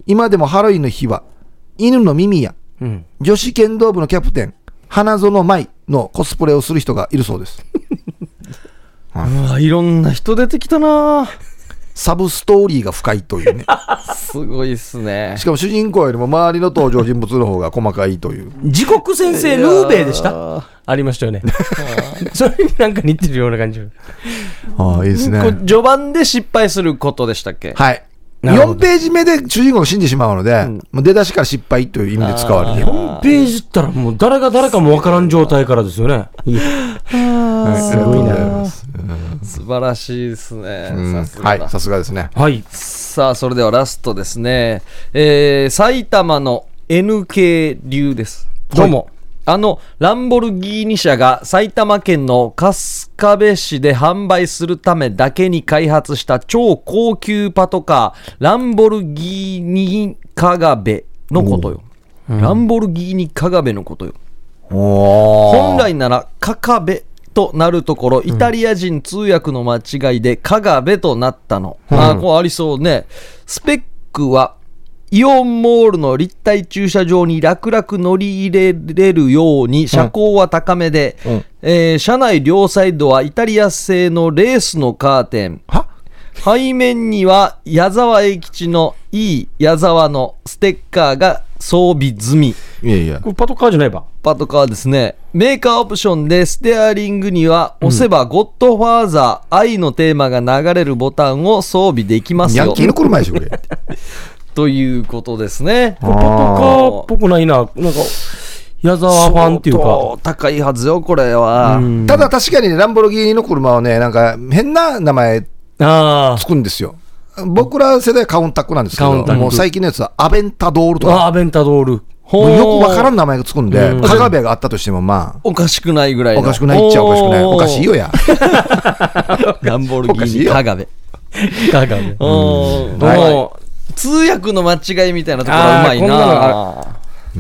今でもハロウィンの日は犬の耳や、うん、女子剣道部のキャプテン花園舞のコスプレをする人がいるそうです、 はい、うわいろんな人出てきたな。 サブストーリーが深いというねすごいっすね。 しかも主人公よりも周りの登場人物の方が細かいという時刻先生ヌーベイでしたありましたよねそれになんか似てるような感じ。 ああいいですね。 序盤で失敗することでしたっけ。 はいよんページ目で主人公が死んでしまうので、うん、もう出だしから失敗という意味で使われてる。 よんページったらもう誰が誰かもわからん状態からですよね。いやすごいな、うん、素晴らしいですね、うん、 さすがはいさすがですね。 はい。 さあそれではラストですね、えー、埼玉の エヌケー 流です。 どうも。 あのランボルギーニ社が埼玉県の春日部市で販売するためだけに開発した超高級パトカーランボルギーニ加賀部のことよ、うん、ランボルギーニ加賀部のことよ。本来なら加賀部となるところイタリア人通訳の間違いで加賀部となったの、うん、あこうありそうね。スペックはイオンモールの立体駐車場に楽々乗り入れれるように車高は高めで、うんうんえー、車内両サイドはイタリア製のレースのカーテン、は背面には矢沢永吉のいい矢沢のステッカーが装備済み。 いやいやこれパトカーじゃないば。 パトカーですね。メーカーオプションでステアリングには押せばゴッドファーザー、うん、愛のテーマが流れるボタンを装備できますよ。 ヤンキーの車でしょこれということですね。 パトカーっぽくないな。なんか矢沢ファンっていうか高いはずよこれは。 ただ確かに、ね、ランボルギーニの車はねなんか変な名前つくんですよ。僕ら世代カウンタックなんですけどもう最近のやつはアベンタドールとか。 あアベンタドールもうよくわからん名前がつくんで、加賀部があったとしてもまあおかしくないぐらいの。 おかしくないっちゃおかしくない。おかしいよやランボルギーニ加賀部加賀部おー、はい、通訳の間違いみたいなところはうまいな。 うん、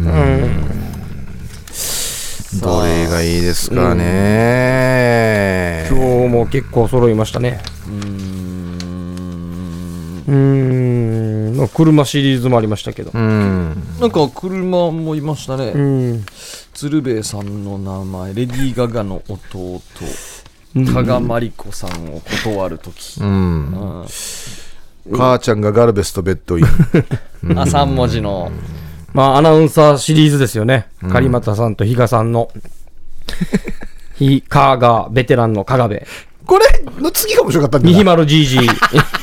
どれがいいですかね、 うん、今日も結構揃いましたね。うーんうーん車シリーズもありましたけど、 うんなんか車もいましたね。うん鶴瓶さんの名前レディー・ガガの弟加賀まりこさんを断るとき、うんうん、母ちゃんがガルベスとベッドインあさん文字のまあアナウンサーシリーズですよね、うん、狩俣さんと比嘉さんのひかがベテランの加賀部これの次が面白かったんだ。 みひまる ジージー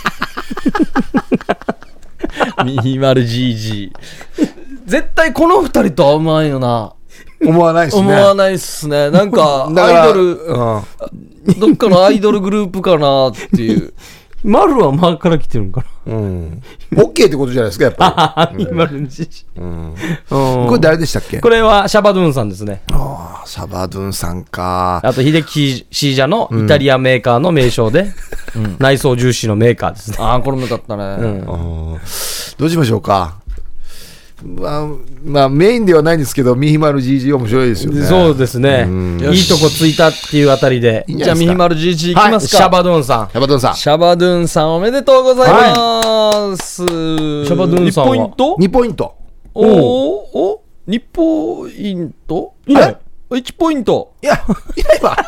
みひまる ジージー 絶対この二人とはうまいよな。 思わないっすね。 思わないっすね。なんかアイドル、うん、どっかのアイドルグループかなっていう丸は丸から来てるんかな。 うん。OK ってことじゃないですかやっぱり。 丸の ジージー、 うんうん、これ誰でしたっけ。 これはシャバドゥンさんですね。 ああシャバドゥンさんか。 あと秀樹シージャのイタリアメーカーの名称で、うん、内装重視のメーカーですね。 ああこれもよかったね、うん、 どうしましょうか。 まあ、まあメインではないんですけど、ミヒマル ジージー 面白いですよね。 そうですね。いいとこついたっていうあたりで。 いいんじゃあミヒマル ジージー いきますか、 はい、シャバドゥンさん。 シャバドゥンさん。 シャバドゥンさんおめでとうございます、はい、シャバドゥンさんはにポイントにポイント。 おおおにポイントいないいちポイント。 いや、いないわ。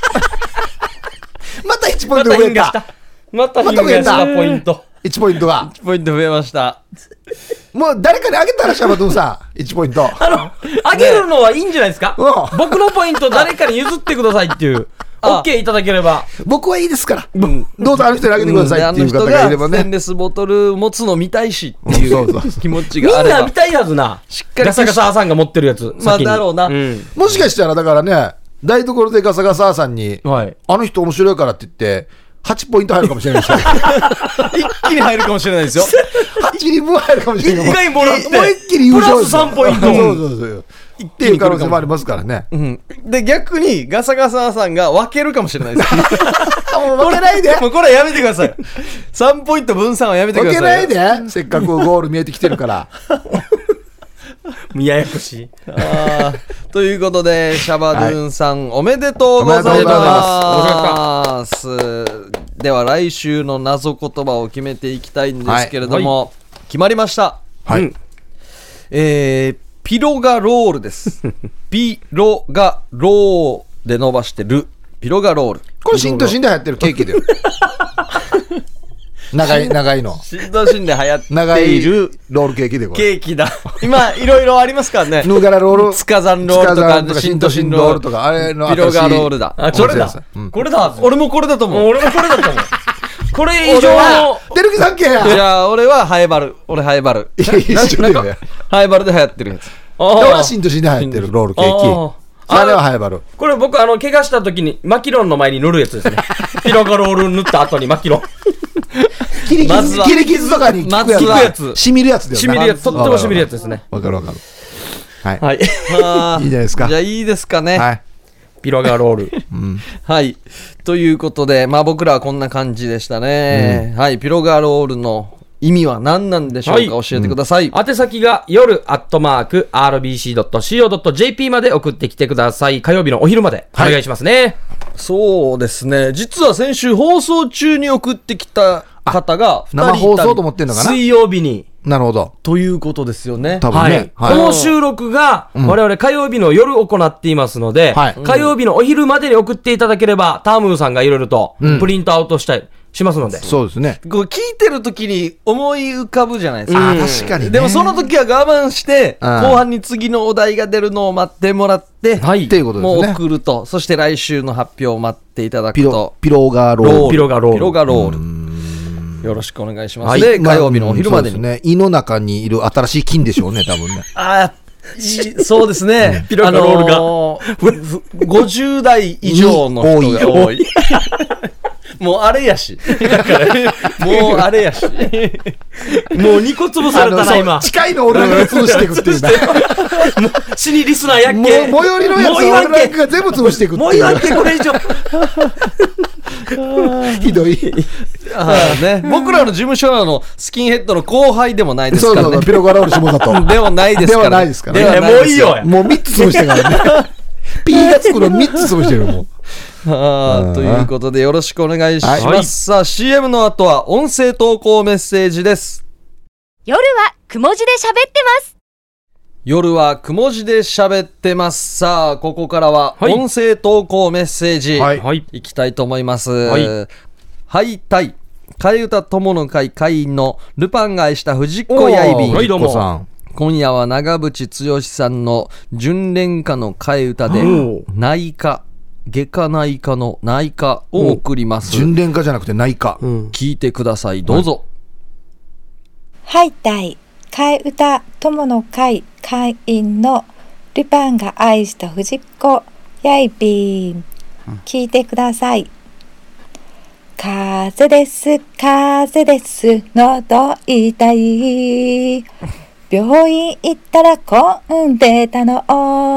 またいちポイント増えた。 またヒンガしたポイント。 いちポイントが。 いちポイント増えました。 もう誰かにあげたらシャバドゥンさんいちポイント。 あの、あげるのはいいんじゃないですか、 ね、 僕のポイント誰かに譲ってくださいっていう。OK いただければ。 僕はいいですから。うん、どうぞあの人にあげてくださいっていう方がいればね。 ステンレスボトル持つの見たいしっていう気持ちがあれば。 みんな見たいはずな。しっかりガサガサさんが持ってるやつ。 まあだろうな、 うん。 もしかしたらだからね、台所でガサガサさんに、はい、あの人面白いからって言って、はちポイント入るかもしれないですよ。 一気に入るかもしれないですよ。 はちにんぶん入るかもしれない。 一回もらって、 もう一気に優勝プラスさんポイント。 そうそうそう。っていう可能性もありますからね。 うん、で逆にガサガサさんが分けるかもしれないです。 もう分けないで。 もうこれやめてください。さんポイント分散はやめてください。 分けないで。せっかくゴール見えてきてるから。 ややこしい。 あということでシャバドゥンさん、はい、おめでとうございます。では来週の謎言葉を決めていきたいんですけれども、はい、決まりました。 はい。うん、 えー、ピロガロールです。ピロガローで伸ばしてる。ピロガロール。 これ新都心で流行ってるケーキだよ。長い長いの新都心で流行っているロールケーキでこれケーキだ。今いろいろありますからね。 ヌーガラロール、 つかざんロールとか新都心ロールとか、あれのピロガロールだ。 あ、これだ、うん、これだ。 俺もこれだと思う。 俺もこれだと思う。これ以上のテルキさん系や。 じゃあ俺はハエバル。俺ハエバル。なんかハエバルで流行ってるやつ。 俺は新都心で流行ってるロールケーキ。あれはハエバル。 これ僕あの怪我した時にマキロンの前に塗るやつですね。ピロガロール塗った後にマキロン。 切り傷、切り傷とかに効くやつ。染みるやつだよね。 染みるやつ、とっても染みるやつですね。 わかるわかる。はい。 はい。 いいじゃないですか。 じゃあいいですかね。 はい。 ピロガロール。 うん、 はい。ということで、まあ僕らはこんな感じでしたね。うん、はい。ピロガロールの意味は何なんでしょうか、はい、教えてください。 うん、宛先が夜アットマーク アールビーシードットシーオードットジェーピー まで送ってきてください。火曜日のお昼までお願いしますね。はい、 そうですね。実は先週放送中に送ってきた方がふたり生放送と思ってんのかな。 水曜日に。 なるほど。 ということですよね。 多分ね。 はい。この収録が我々火曜日の夜行っていますので、はい、火曜日のお昼までに送っていただければ、タームーさんがいろいろとプリントアウトしたい。しますので。 そうですね。 こう聞いてる時に思い浮かぶじゃないですか。 あ、確かにね。 でもその時は我慢して後半に次のお題が出るのを待ってもらって、 はい、っていうことですね。 もう送ると、そして来週の発表を待っていただくと、 ピロガロール、 ピロガロール、 ピロガロール、よろしくお願いします。で、火曜日のお昼までに、 ね、胃の中にいる新しい菌でしょうね、多分ね。 あそうですね。 ピロガロールが、あのー、ごじゅう代以上の人が多い。もうあれやし。もうあれやし。 もうにこ潰されたな、今。 近いの俺らが潰していくっていうんだ。 死にリスナーやっけ。もう最寄りのやつを俺らが全部潰していくっていう。 もう言わんけ、これ以上。 ひどい。 あね、僕らの事務所ののスキンヘッドの後輩でもないですからね。 そうそう、ピロガロール下里。 でもないですから。 ではないですからね。もういいよ。 もうみっつ潰してからね。P がつくのみっつ潰してるもん。 あということでよろしくお願いします。はい、さあ シーエム の後は音声投稿メッセージです。 夜はくも字で喋ってます。 夜はくも字で喋ってます。さあここからは音声投稿メッセージ、はいはい、いきたいと思います。はい、はいたい替え歌友の会会員のルパンが愛した藤子やいびん、 はい、どうも。 今夜は長渕剛さんの純恋歌の替え歌で内科外科内科の内科を送ります。 純恋歌じゃなくて内科、 うん、聞いてください、どうぞ。 はいたい替え歌友の会会員のルパンが愛した藤子やいびん、聞いてください。風です風です喉痛い病院行ったら混んでたの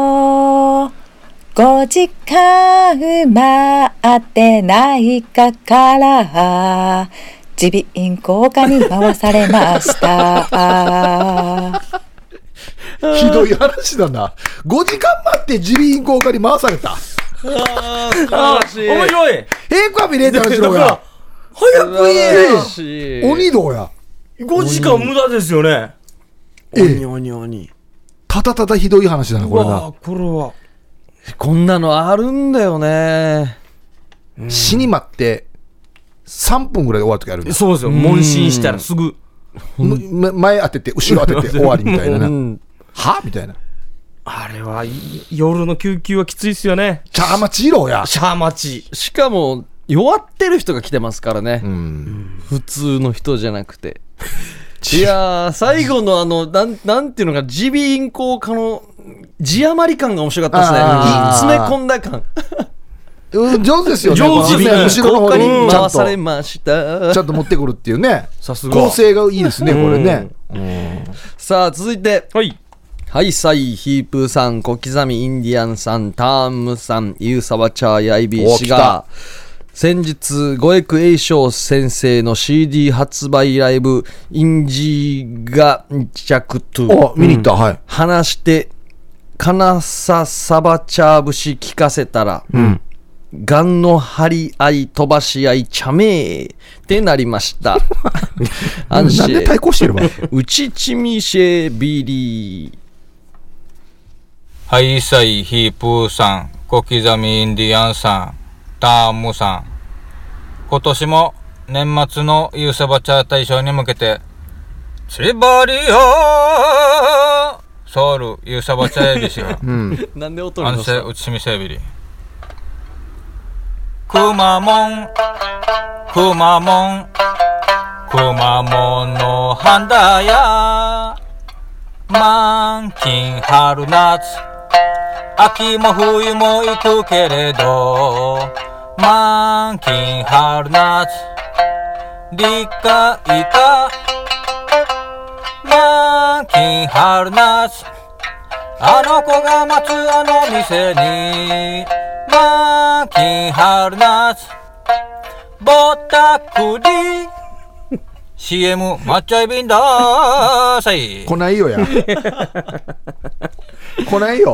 ごじかん待ってないかから耳鼻咽喉科に回されました。 ひどい話だな。ごじかん待って耳鼻咽喉科に回された。 あー素晴あらしい。 面白い。 平行アビレーターのしろや。 早く言えよ。 素晴らしい鬼道や。 ごじかん無駄ですよね。 ええ、 鬼鬼鬼。 ただただひどい話だな、これな。 うわこれは。 こんなのあるんだよね。 死に待ってさんぷんぐらいで終わる時あるんです。 そうですよ。問診したらすぐ。 む前当てて後ろ当てて終わりみたいなな。 うんはみたいな。 あれは、夜の救急はきついっすよね。 チャーマチーローや。 シャーマチ。 しかも弱ってる人が来てますからね、 うん、 普通の人じゃなくて。いやー最後のあのなんなんていうのか耳鼻咽喉科の字余り感が面白かったですね。 あー詰め込んだ感。 うん上手ですよね。 上手ですねこの後ろの方にちゃん回されとましたちゃんと持ってくるっていうね。 さすが。 構成がいいですね、これね。 さあ続いて、 はい。 はいサイヒープーさん、小刻みインディアンさん、ターンムさん、ユーサバチャーヤイビー氏が先日ゴエクエイショウ先生の シーディー 発売ライブインジガジャクトお見に行った、はい。 話してカナササバチャー節聞かせたら、ガンの張り合い飛ばし合いチャメーってなりましたアンシなんでェ対抗してるわ。 ウチチミシェビリー。 はいさいヒープーさん、小刻みインディアンさん、タームさん、今年も年末のユーサバチャー大賞に向けてチバリアソウルユーサバチャーエビシがなんで音アに乗せたンセウチミセビリくまモンくまモンくまモンのハンダや満金春夏秋も冬も行くけれど満金春夏理解か満金春夏あの子が待つあの店に満金春夏ぼったくり シーエム 抹茶エビンだーさい来ないよや。来ないよ。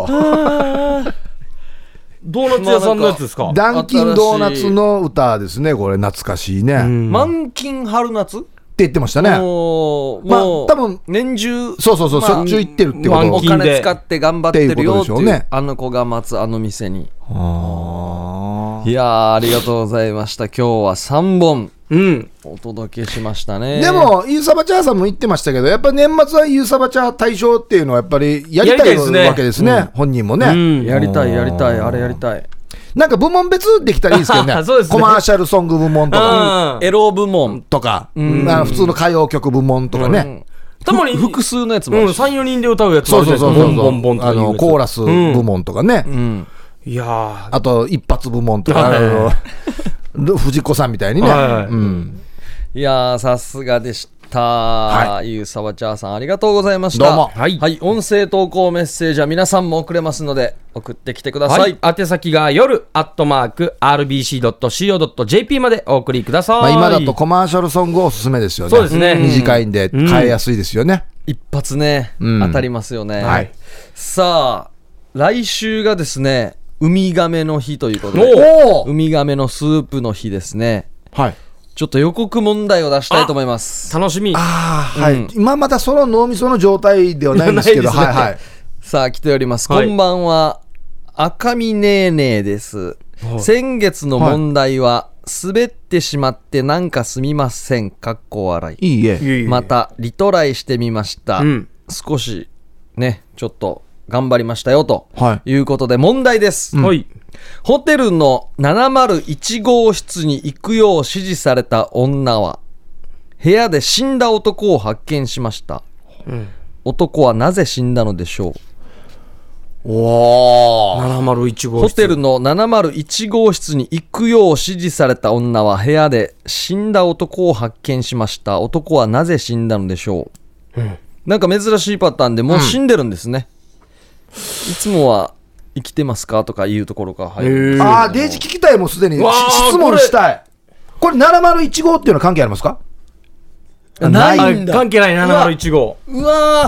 ドーナツ屋さんのやつですか。 ダンキンドーナツの歌ですね、これ懐かしいね。って満金春夏言ってましたね。 もう、 まあもう多分年中そうそうそう、 まあしょっちゅう行ってるってこ満と。 お金使って頑張ってるよっていうっていうことでしょうねあの子が待つあの店に。 あいやーありがとうございました。今日はさんぼんうん。 お届けしましたーね。 でも、ユーサバチャーさんも言ってましたけど、やっぱり年末はユーサバチャー大賞っていうのはやっぱりやりたいやりたいですねわけですね、本人もね。 うん。 やりたいやりたいあれやりたい。 なんか部門別できたらいいですけどね。 そうですねコマーシャルソング部門とか、 うんエロ部門とか、あの普通の歌謡曲部門とかね。 たまに複数のやつもあうん、 るしさん、よにんで歌うやつもそうあるじゃないですか。 そうそうそう。 ボンボンボンとかあの、 いうやつコーラス部門とかね。 うんいやー。 あと、一発部門とか、 はいあの藤子さんみたいにね。 はいはいうんいやーさすがでした、 はゆうさわちゃーさんありがとうございました。 どうもはい、はい、音声投稿メッセージは皆さんも送れますので送ってきてください、 はい。宛先が夜アットマーク アールビーシードットシーオードットジェーピー までお送りください。 まあ、今だとコマーシャルソングおすすめですよね。 そうですね短いんで買いやすいですよね。 一発ね、 うん当たりますよね、 はいさあ来週がですねウミガメの日ということでおウミガメのスープの日ですね。 はい。 ちょっと予告問題を出したいと思います。 楽しみ。 ああ、はい、 うん今まだその脳みその状態ではないんですけど、 ないですねはいはい。 さあ来ております、 はいこんばんは赤身ねーねーです、先月の問題は、滑ってしまってなんかすみませんかっこ笑いいいえ。 いえいえまたリトライしてみました、 うん少しねちょっと頑張りましたよとはい。 いうことで問題です、 はい。 ホテルのななまるいち号室に行くよう指示された女は部屋で死んだ男を発見しました、 うん男はなぜ死んだのでしょう。 おー。 ななまるいち号ホテルのななまるいち号室に行くよう指示された女は部屋で死んだ男を発見しました。男はなぜ死んだのでしょう、 うんなんか珍しいパターンでもう死んでるんですね、いつもは生きてますかとかいうところから入る。 ああ、デージ聞きたい、もうすでに。 わーし質問したい。これななまるいち号っていうのは関係ありますか？ ないんだ。 関係ないななまるいち号。 うわ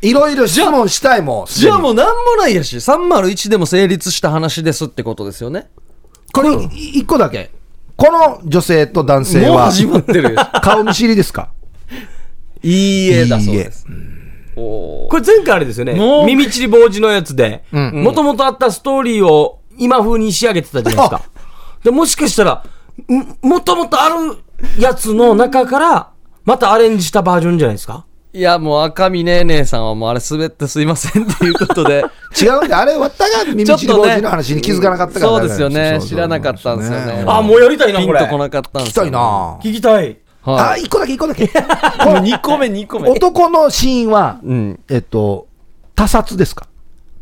いろいろ質問したいもん。 じゃあもうなんもないやし、さんまるいちでも成立した話ですってことですよね。 これいっこだけ。この女性と男性もうは始まってるよ。 顔見知りですか？ いいえだそうです。おーこれ前回あれですよねも。う耳ちり坊主のやつで、 うんもともとあったストーリーを今風に仕上げてたじゃないですか。でもしかしたら、もともとあるやつの中から、またアレンジしたバージョンじゃないですか。 いやもう赤見ねえ姉さんはもうあれ滑ってすいませんっていうことで違うんで、あれわったが耳ちり坊主の話に気づかなかったから、 そうですよね。知らなかったんですよね。 あ、もうやりたいな、これ。 ピンとこなかったんですよ、 聞きたいな。 聞きたい。 はあ、いっこだけ、いっこだけ。 い。にこめにこめ。 男の死因は、 うん。 えっと、他殺ですか？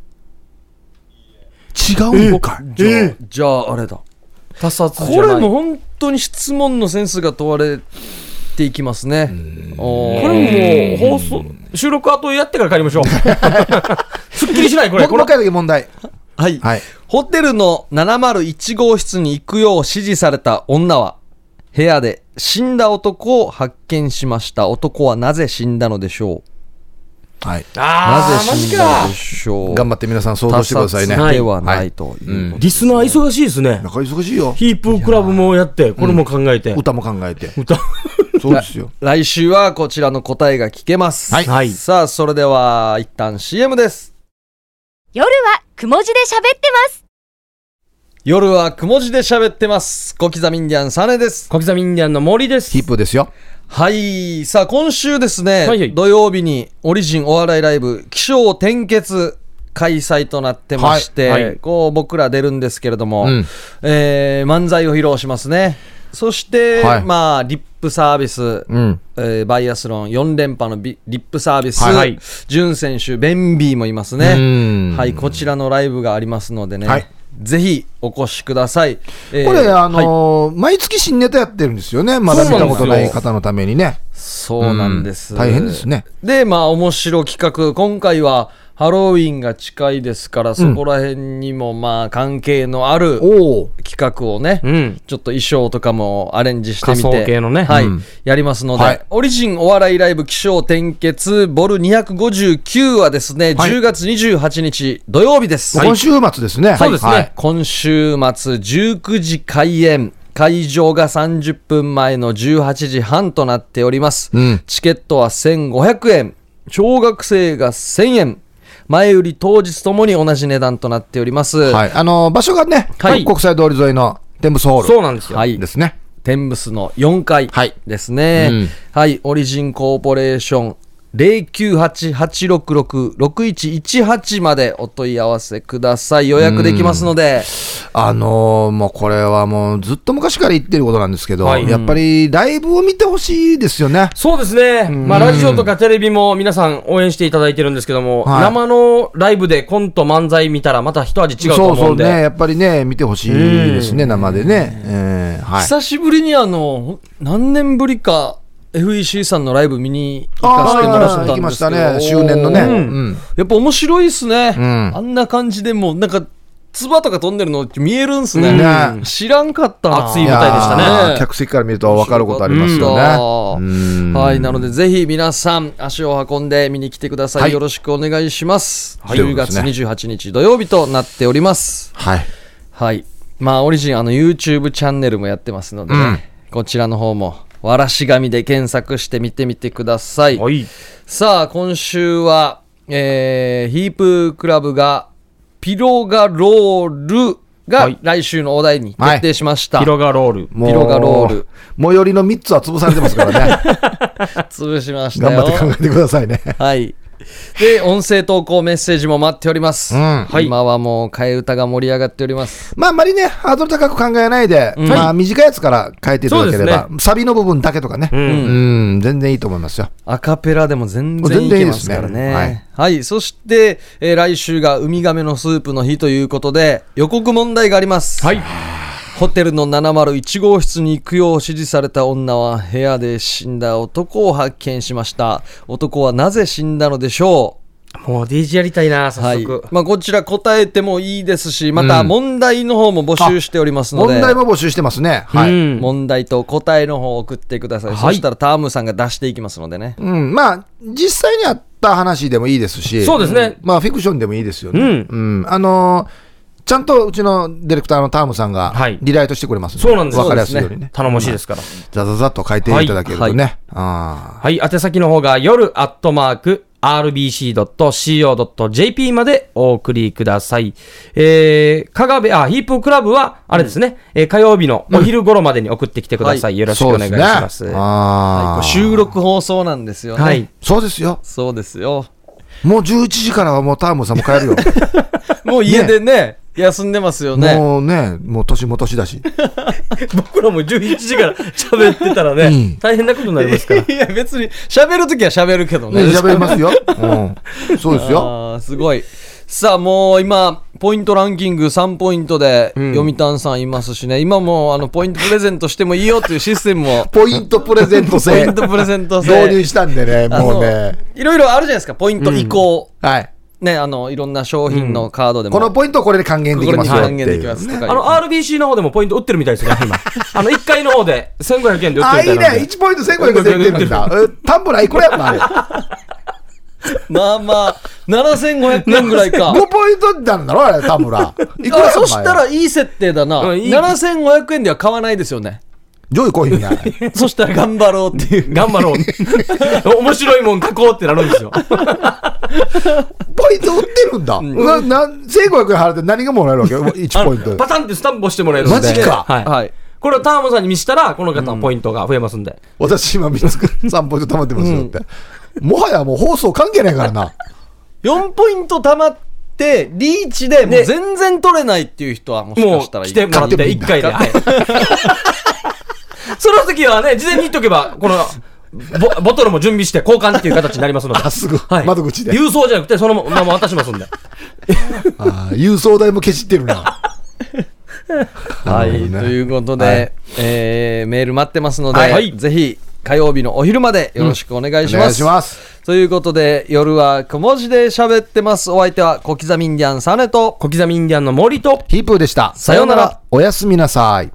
違うのか。 じゃあ、じゃああれだ。 他殺じゃない。 これも本当に質問のセンスが問われていきますね。おーこれももう放送、収録後やってから帰りましょう。すっきりしないこれ。 僕もう一回だけ問題。 はい、 はい。 ホテルのななまるいち号室に行くよう指示された女は、部屋で死んだ男を発見しました。男はなぜ死んだのでしょう？ はい。 あー、 なぜ死んマジかだので。しょう？ 頑張って皆さん想像してくださいね。 他殺ではないということ。 リスナー忙しいですね。 なんか忙しいよ。 ヒープークラブもやって、これも考えて。 歌も考えて。 歌。 そうですよ。 来週はこちらの答えが聞けます。 はいはい。 さあ、それでは一旦 シーエム です。 夜はくも字で喋ってます。 夜はくも字で喋ってます。小刻みインディアンサネです。 小刻みインディアンの森です。 ヒップですよ。 はい。さあ、今週ですね、 はいはい土曜日にオリジンお笑いライブ起承転結開催となってまして、 はいはいこう僕ら出るんですけれども、 うんえー漫才を披露しますね。そして、 はいまあリップサービス、 うん。 えーバイアスロンよん連覇のビリップサービス、 はいはいジュン選手、ベンビーもいますうね。 んはい、こちらのライブがありますのでね、 はいぜひお越しください。えーこれ、あはいのー毎月新ネタやってるんですよね。まだ見たことない方のためにね。 そうなんです、 うん大変ですね。 で、まあ、面白企画、今回はハロウィンが近いですから、そこら辺にもまあ関係のあるおお。 企画をね、 うん。 ちょっと衣装とかもアレンジしてみて、 仮装系のねはい、 うんやりますので、 はいオリジンお笑いライブ起承転結ボルにひゃくごじゅうきゅうはですね、 はいじゅうがつにじゅうはちにち土曜日です。 今週末ですね。 そうですねはい今週末じゅうくじ開演、会場がさんじゅっぷんまえのじゅうはちじはんとなっております。 うんチケットはせんごひゃくえん、小学生がせんえん、前売り当日ともに同じ値段となっております。 はい。あのー場所がね、 はい国際通り沿いのテンブスホール。 そうなんですよ。 はいですね。 テンブスのよんかいはいですね。 うんはい、オリジンコーポレーションゼロきゅうはち はちろくろく ろくいちいちはちまでお問い合わせください。予約できますので、 あのーもうこれはもうずっと昔から言ってることなんですけど、 はいやっぱりライブを見てほしいですよね。 そうですね。まあ、ラジオとかテレビも皆さん応援していただいてるんですけども、 はい生のライブでコント漫才見たらまた一味違うと思うんで。 そうそうね、やっぱりね、見てほしいですね、生でね。えーはい。 久しぶりにあの何年ぶりか エフイーシー さんのライブ見に行かせてもらったんですけど、 行きましたね、周年のね。 うんうんやっぱ面白いっすね、 んあんな感じでもうなんか唾とか飛んでるの見えるんすね、 うん知らんかったな。 熱い舞台でしたねいやー客席から見ると分かることありますよね。うんはい、なのでぜひ皆さん足を運んで見に来てください、 はいよろしくお願いします、 はいじゅうがつにじゅうはちにち土曜日となっております。 はい。 はい、まあオリジンあの YouTube チャンネルもやってますのでね、 うんこちらの方もわらし紙で検索して見てみてください。 はい。 さあ今週は、えーヒープクラブがピロガロールがはい来週のお題に決定しました、 広がロール。 もうピロガロール最寄りのみっつは潰されてますからね。 潰しましたよ。 頑張って考えてくださいね。 はい。で、音声投稿メッセージも待っております。 うんはい今はもう替え歌が盛り上がっております。 まあ、あんまりね、ハードル高く考えないで、まあ、短いやつから変えていただけれそうば、サビの部分だけとかね、 う。 うんん、全然いいと思いますよ。 アカペラでも全然いけますからね。 全然いいですねはい。そして、えー来週がウミガメのスープの日ということで、予告問題があります。 はい。 ホテルのななまるいち号室に行くよう指示された女は部屋で死んだ男を発見しました。男はなぜ死んだのでしょう。 もう ディージェー やりたいな、早はい速。 まあ、こちら答えてもいいですし、また問題の方も募集しておりますので、 問題も募集してますね。はい。 うん問題と答えの方を送ってください、 はいそしたらタームさんが出していきますのでね。 うん、まあ、実際にあったった話でもいいですし、 そうですね。 まあフィクションでもいいですよね。 うんうん、あのー、ちゃんとうちのディレクターのタームさんがリライトしてくれますので、 そうなんです。 分かりやすいようにね。 頼もしいですから。 ザザザッと書いていただけるとね。 はい、はい、宛先の方が夜アットマーク アールビーシードットシーオードットジェーピー までお送りください。えー、かがべ、あ、ヒープクラブは、あれですね、うん、えー、火曜日のお昼頃までに送ってきてください。うん、よろしくお願いします。 そうですね、あ、 はい、収録放送なんですよね。はい。 そうですよ。 そうですよ。 もうじゅういちじからはもうタームさんも帰るよ。 もう家でね、ね休んでますよね。 もうね、もう年も年だし。 僕らもじゅういちじから喋ってたらね、うん、大変なことになりますから。 いや、別に喋るときは喋るけどね。 喋、ね、りますよ。うん、そうですよ。 あ、すごい。さあ、もう今、ポイントランキングさんポイントで、読谷さんいますしね、今もうあのポイントプレゼントしてもいいよっていうシステムを。 ポイントプレゼント制。 ポイントプレゼント制。 導入したんでね、もうね。 いろいろあるじゃないですか、ポイント移行。 うん、はい。 ね、あのいろんな商品のカードでも、 うん、このポイントこれで還元できますよっていう、 還元できますとか、 あの アールビーシー の方でもポイント売ってるみたいですね今。あのいっかいの方でせんごひゃくえんで売ってるみたいな。 あ、いいね、いちポイントせんごひゃくえんで売ってるんだ。タンブラーいくらやったあれ。 まあまあななせんごひゃくえんぐらいか。 ごポイントなんだろあれ、タンブラーいくら。 そしたらいい設定だな、うん、ななせんごひゃくえんでは買わないですよね。 上位コインや。 そしたら頑張ろうっていう。 頑張ろう。面白いもん書こうってなるんですよ。 ポイント売ってるんだ。うん、ななせんごひゃくえん払って何がもらえるわけ ?いち ポイント。 パタンってスタンプ押してもらえるんで。 マジか。 はい。はい、これをターモさんに見したら、この方のポイントが増えますんで。うん、 私今みっつさんポイント貯まってますよって。うん、もはやもう放送関係ないからな。 よんポイント貯まって、リーチでもう全然取れないっていう人はもしかしたらいい。 もう来てもらっていっかいで。その時はね、事前に言っとけば、このボ、ボトルも準備して交換っていう形になりますので。 あ、すぐ、はい、窓口で。 郵送じゃなくて、そのまま渡しますんで。 あ、郵送代も消してるな。 はい、ね、ということで、はい、えー、メール待ってますので、はい、ぜひ火曜日のお昼までよろしくお願いします。うん、お願いします。ということで、夜は小文字で喋ってます。お相手は小刻みインディアンサネと小刻みインディアンの森とヒープーでした。 さようなら。 おやすみなさい。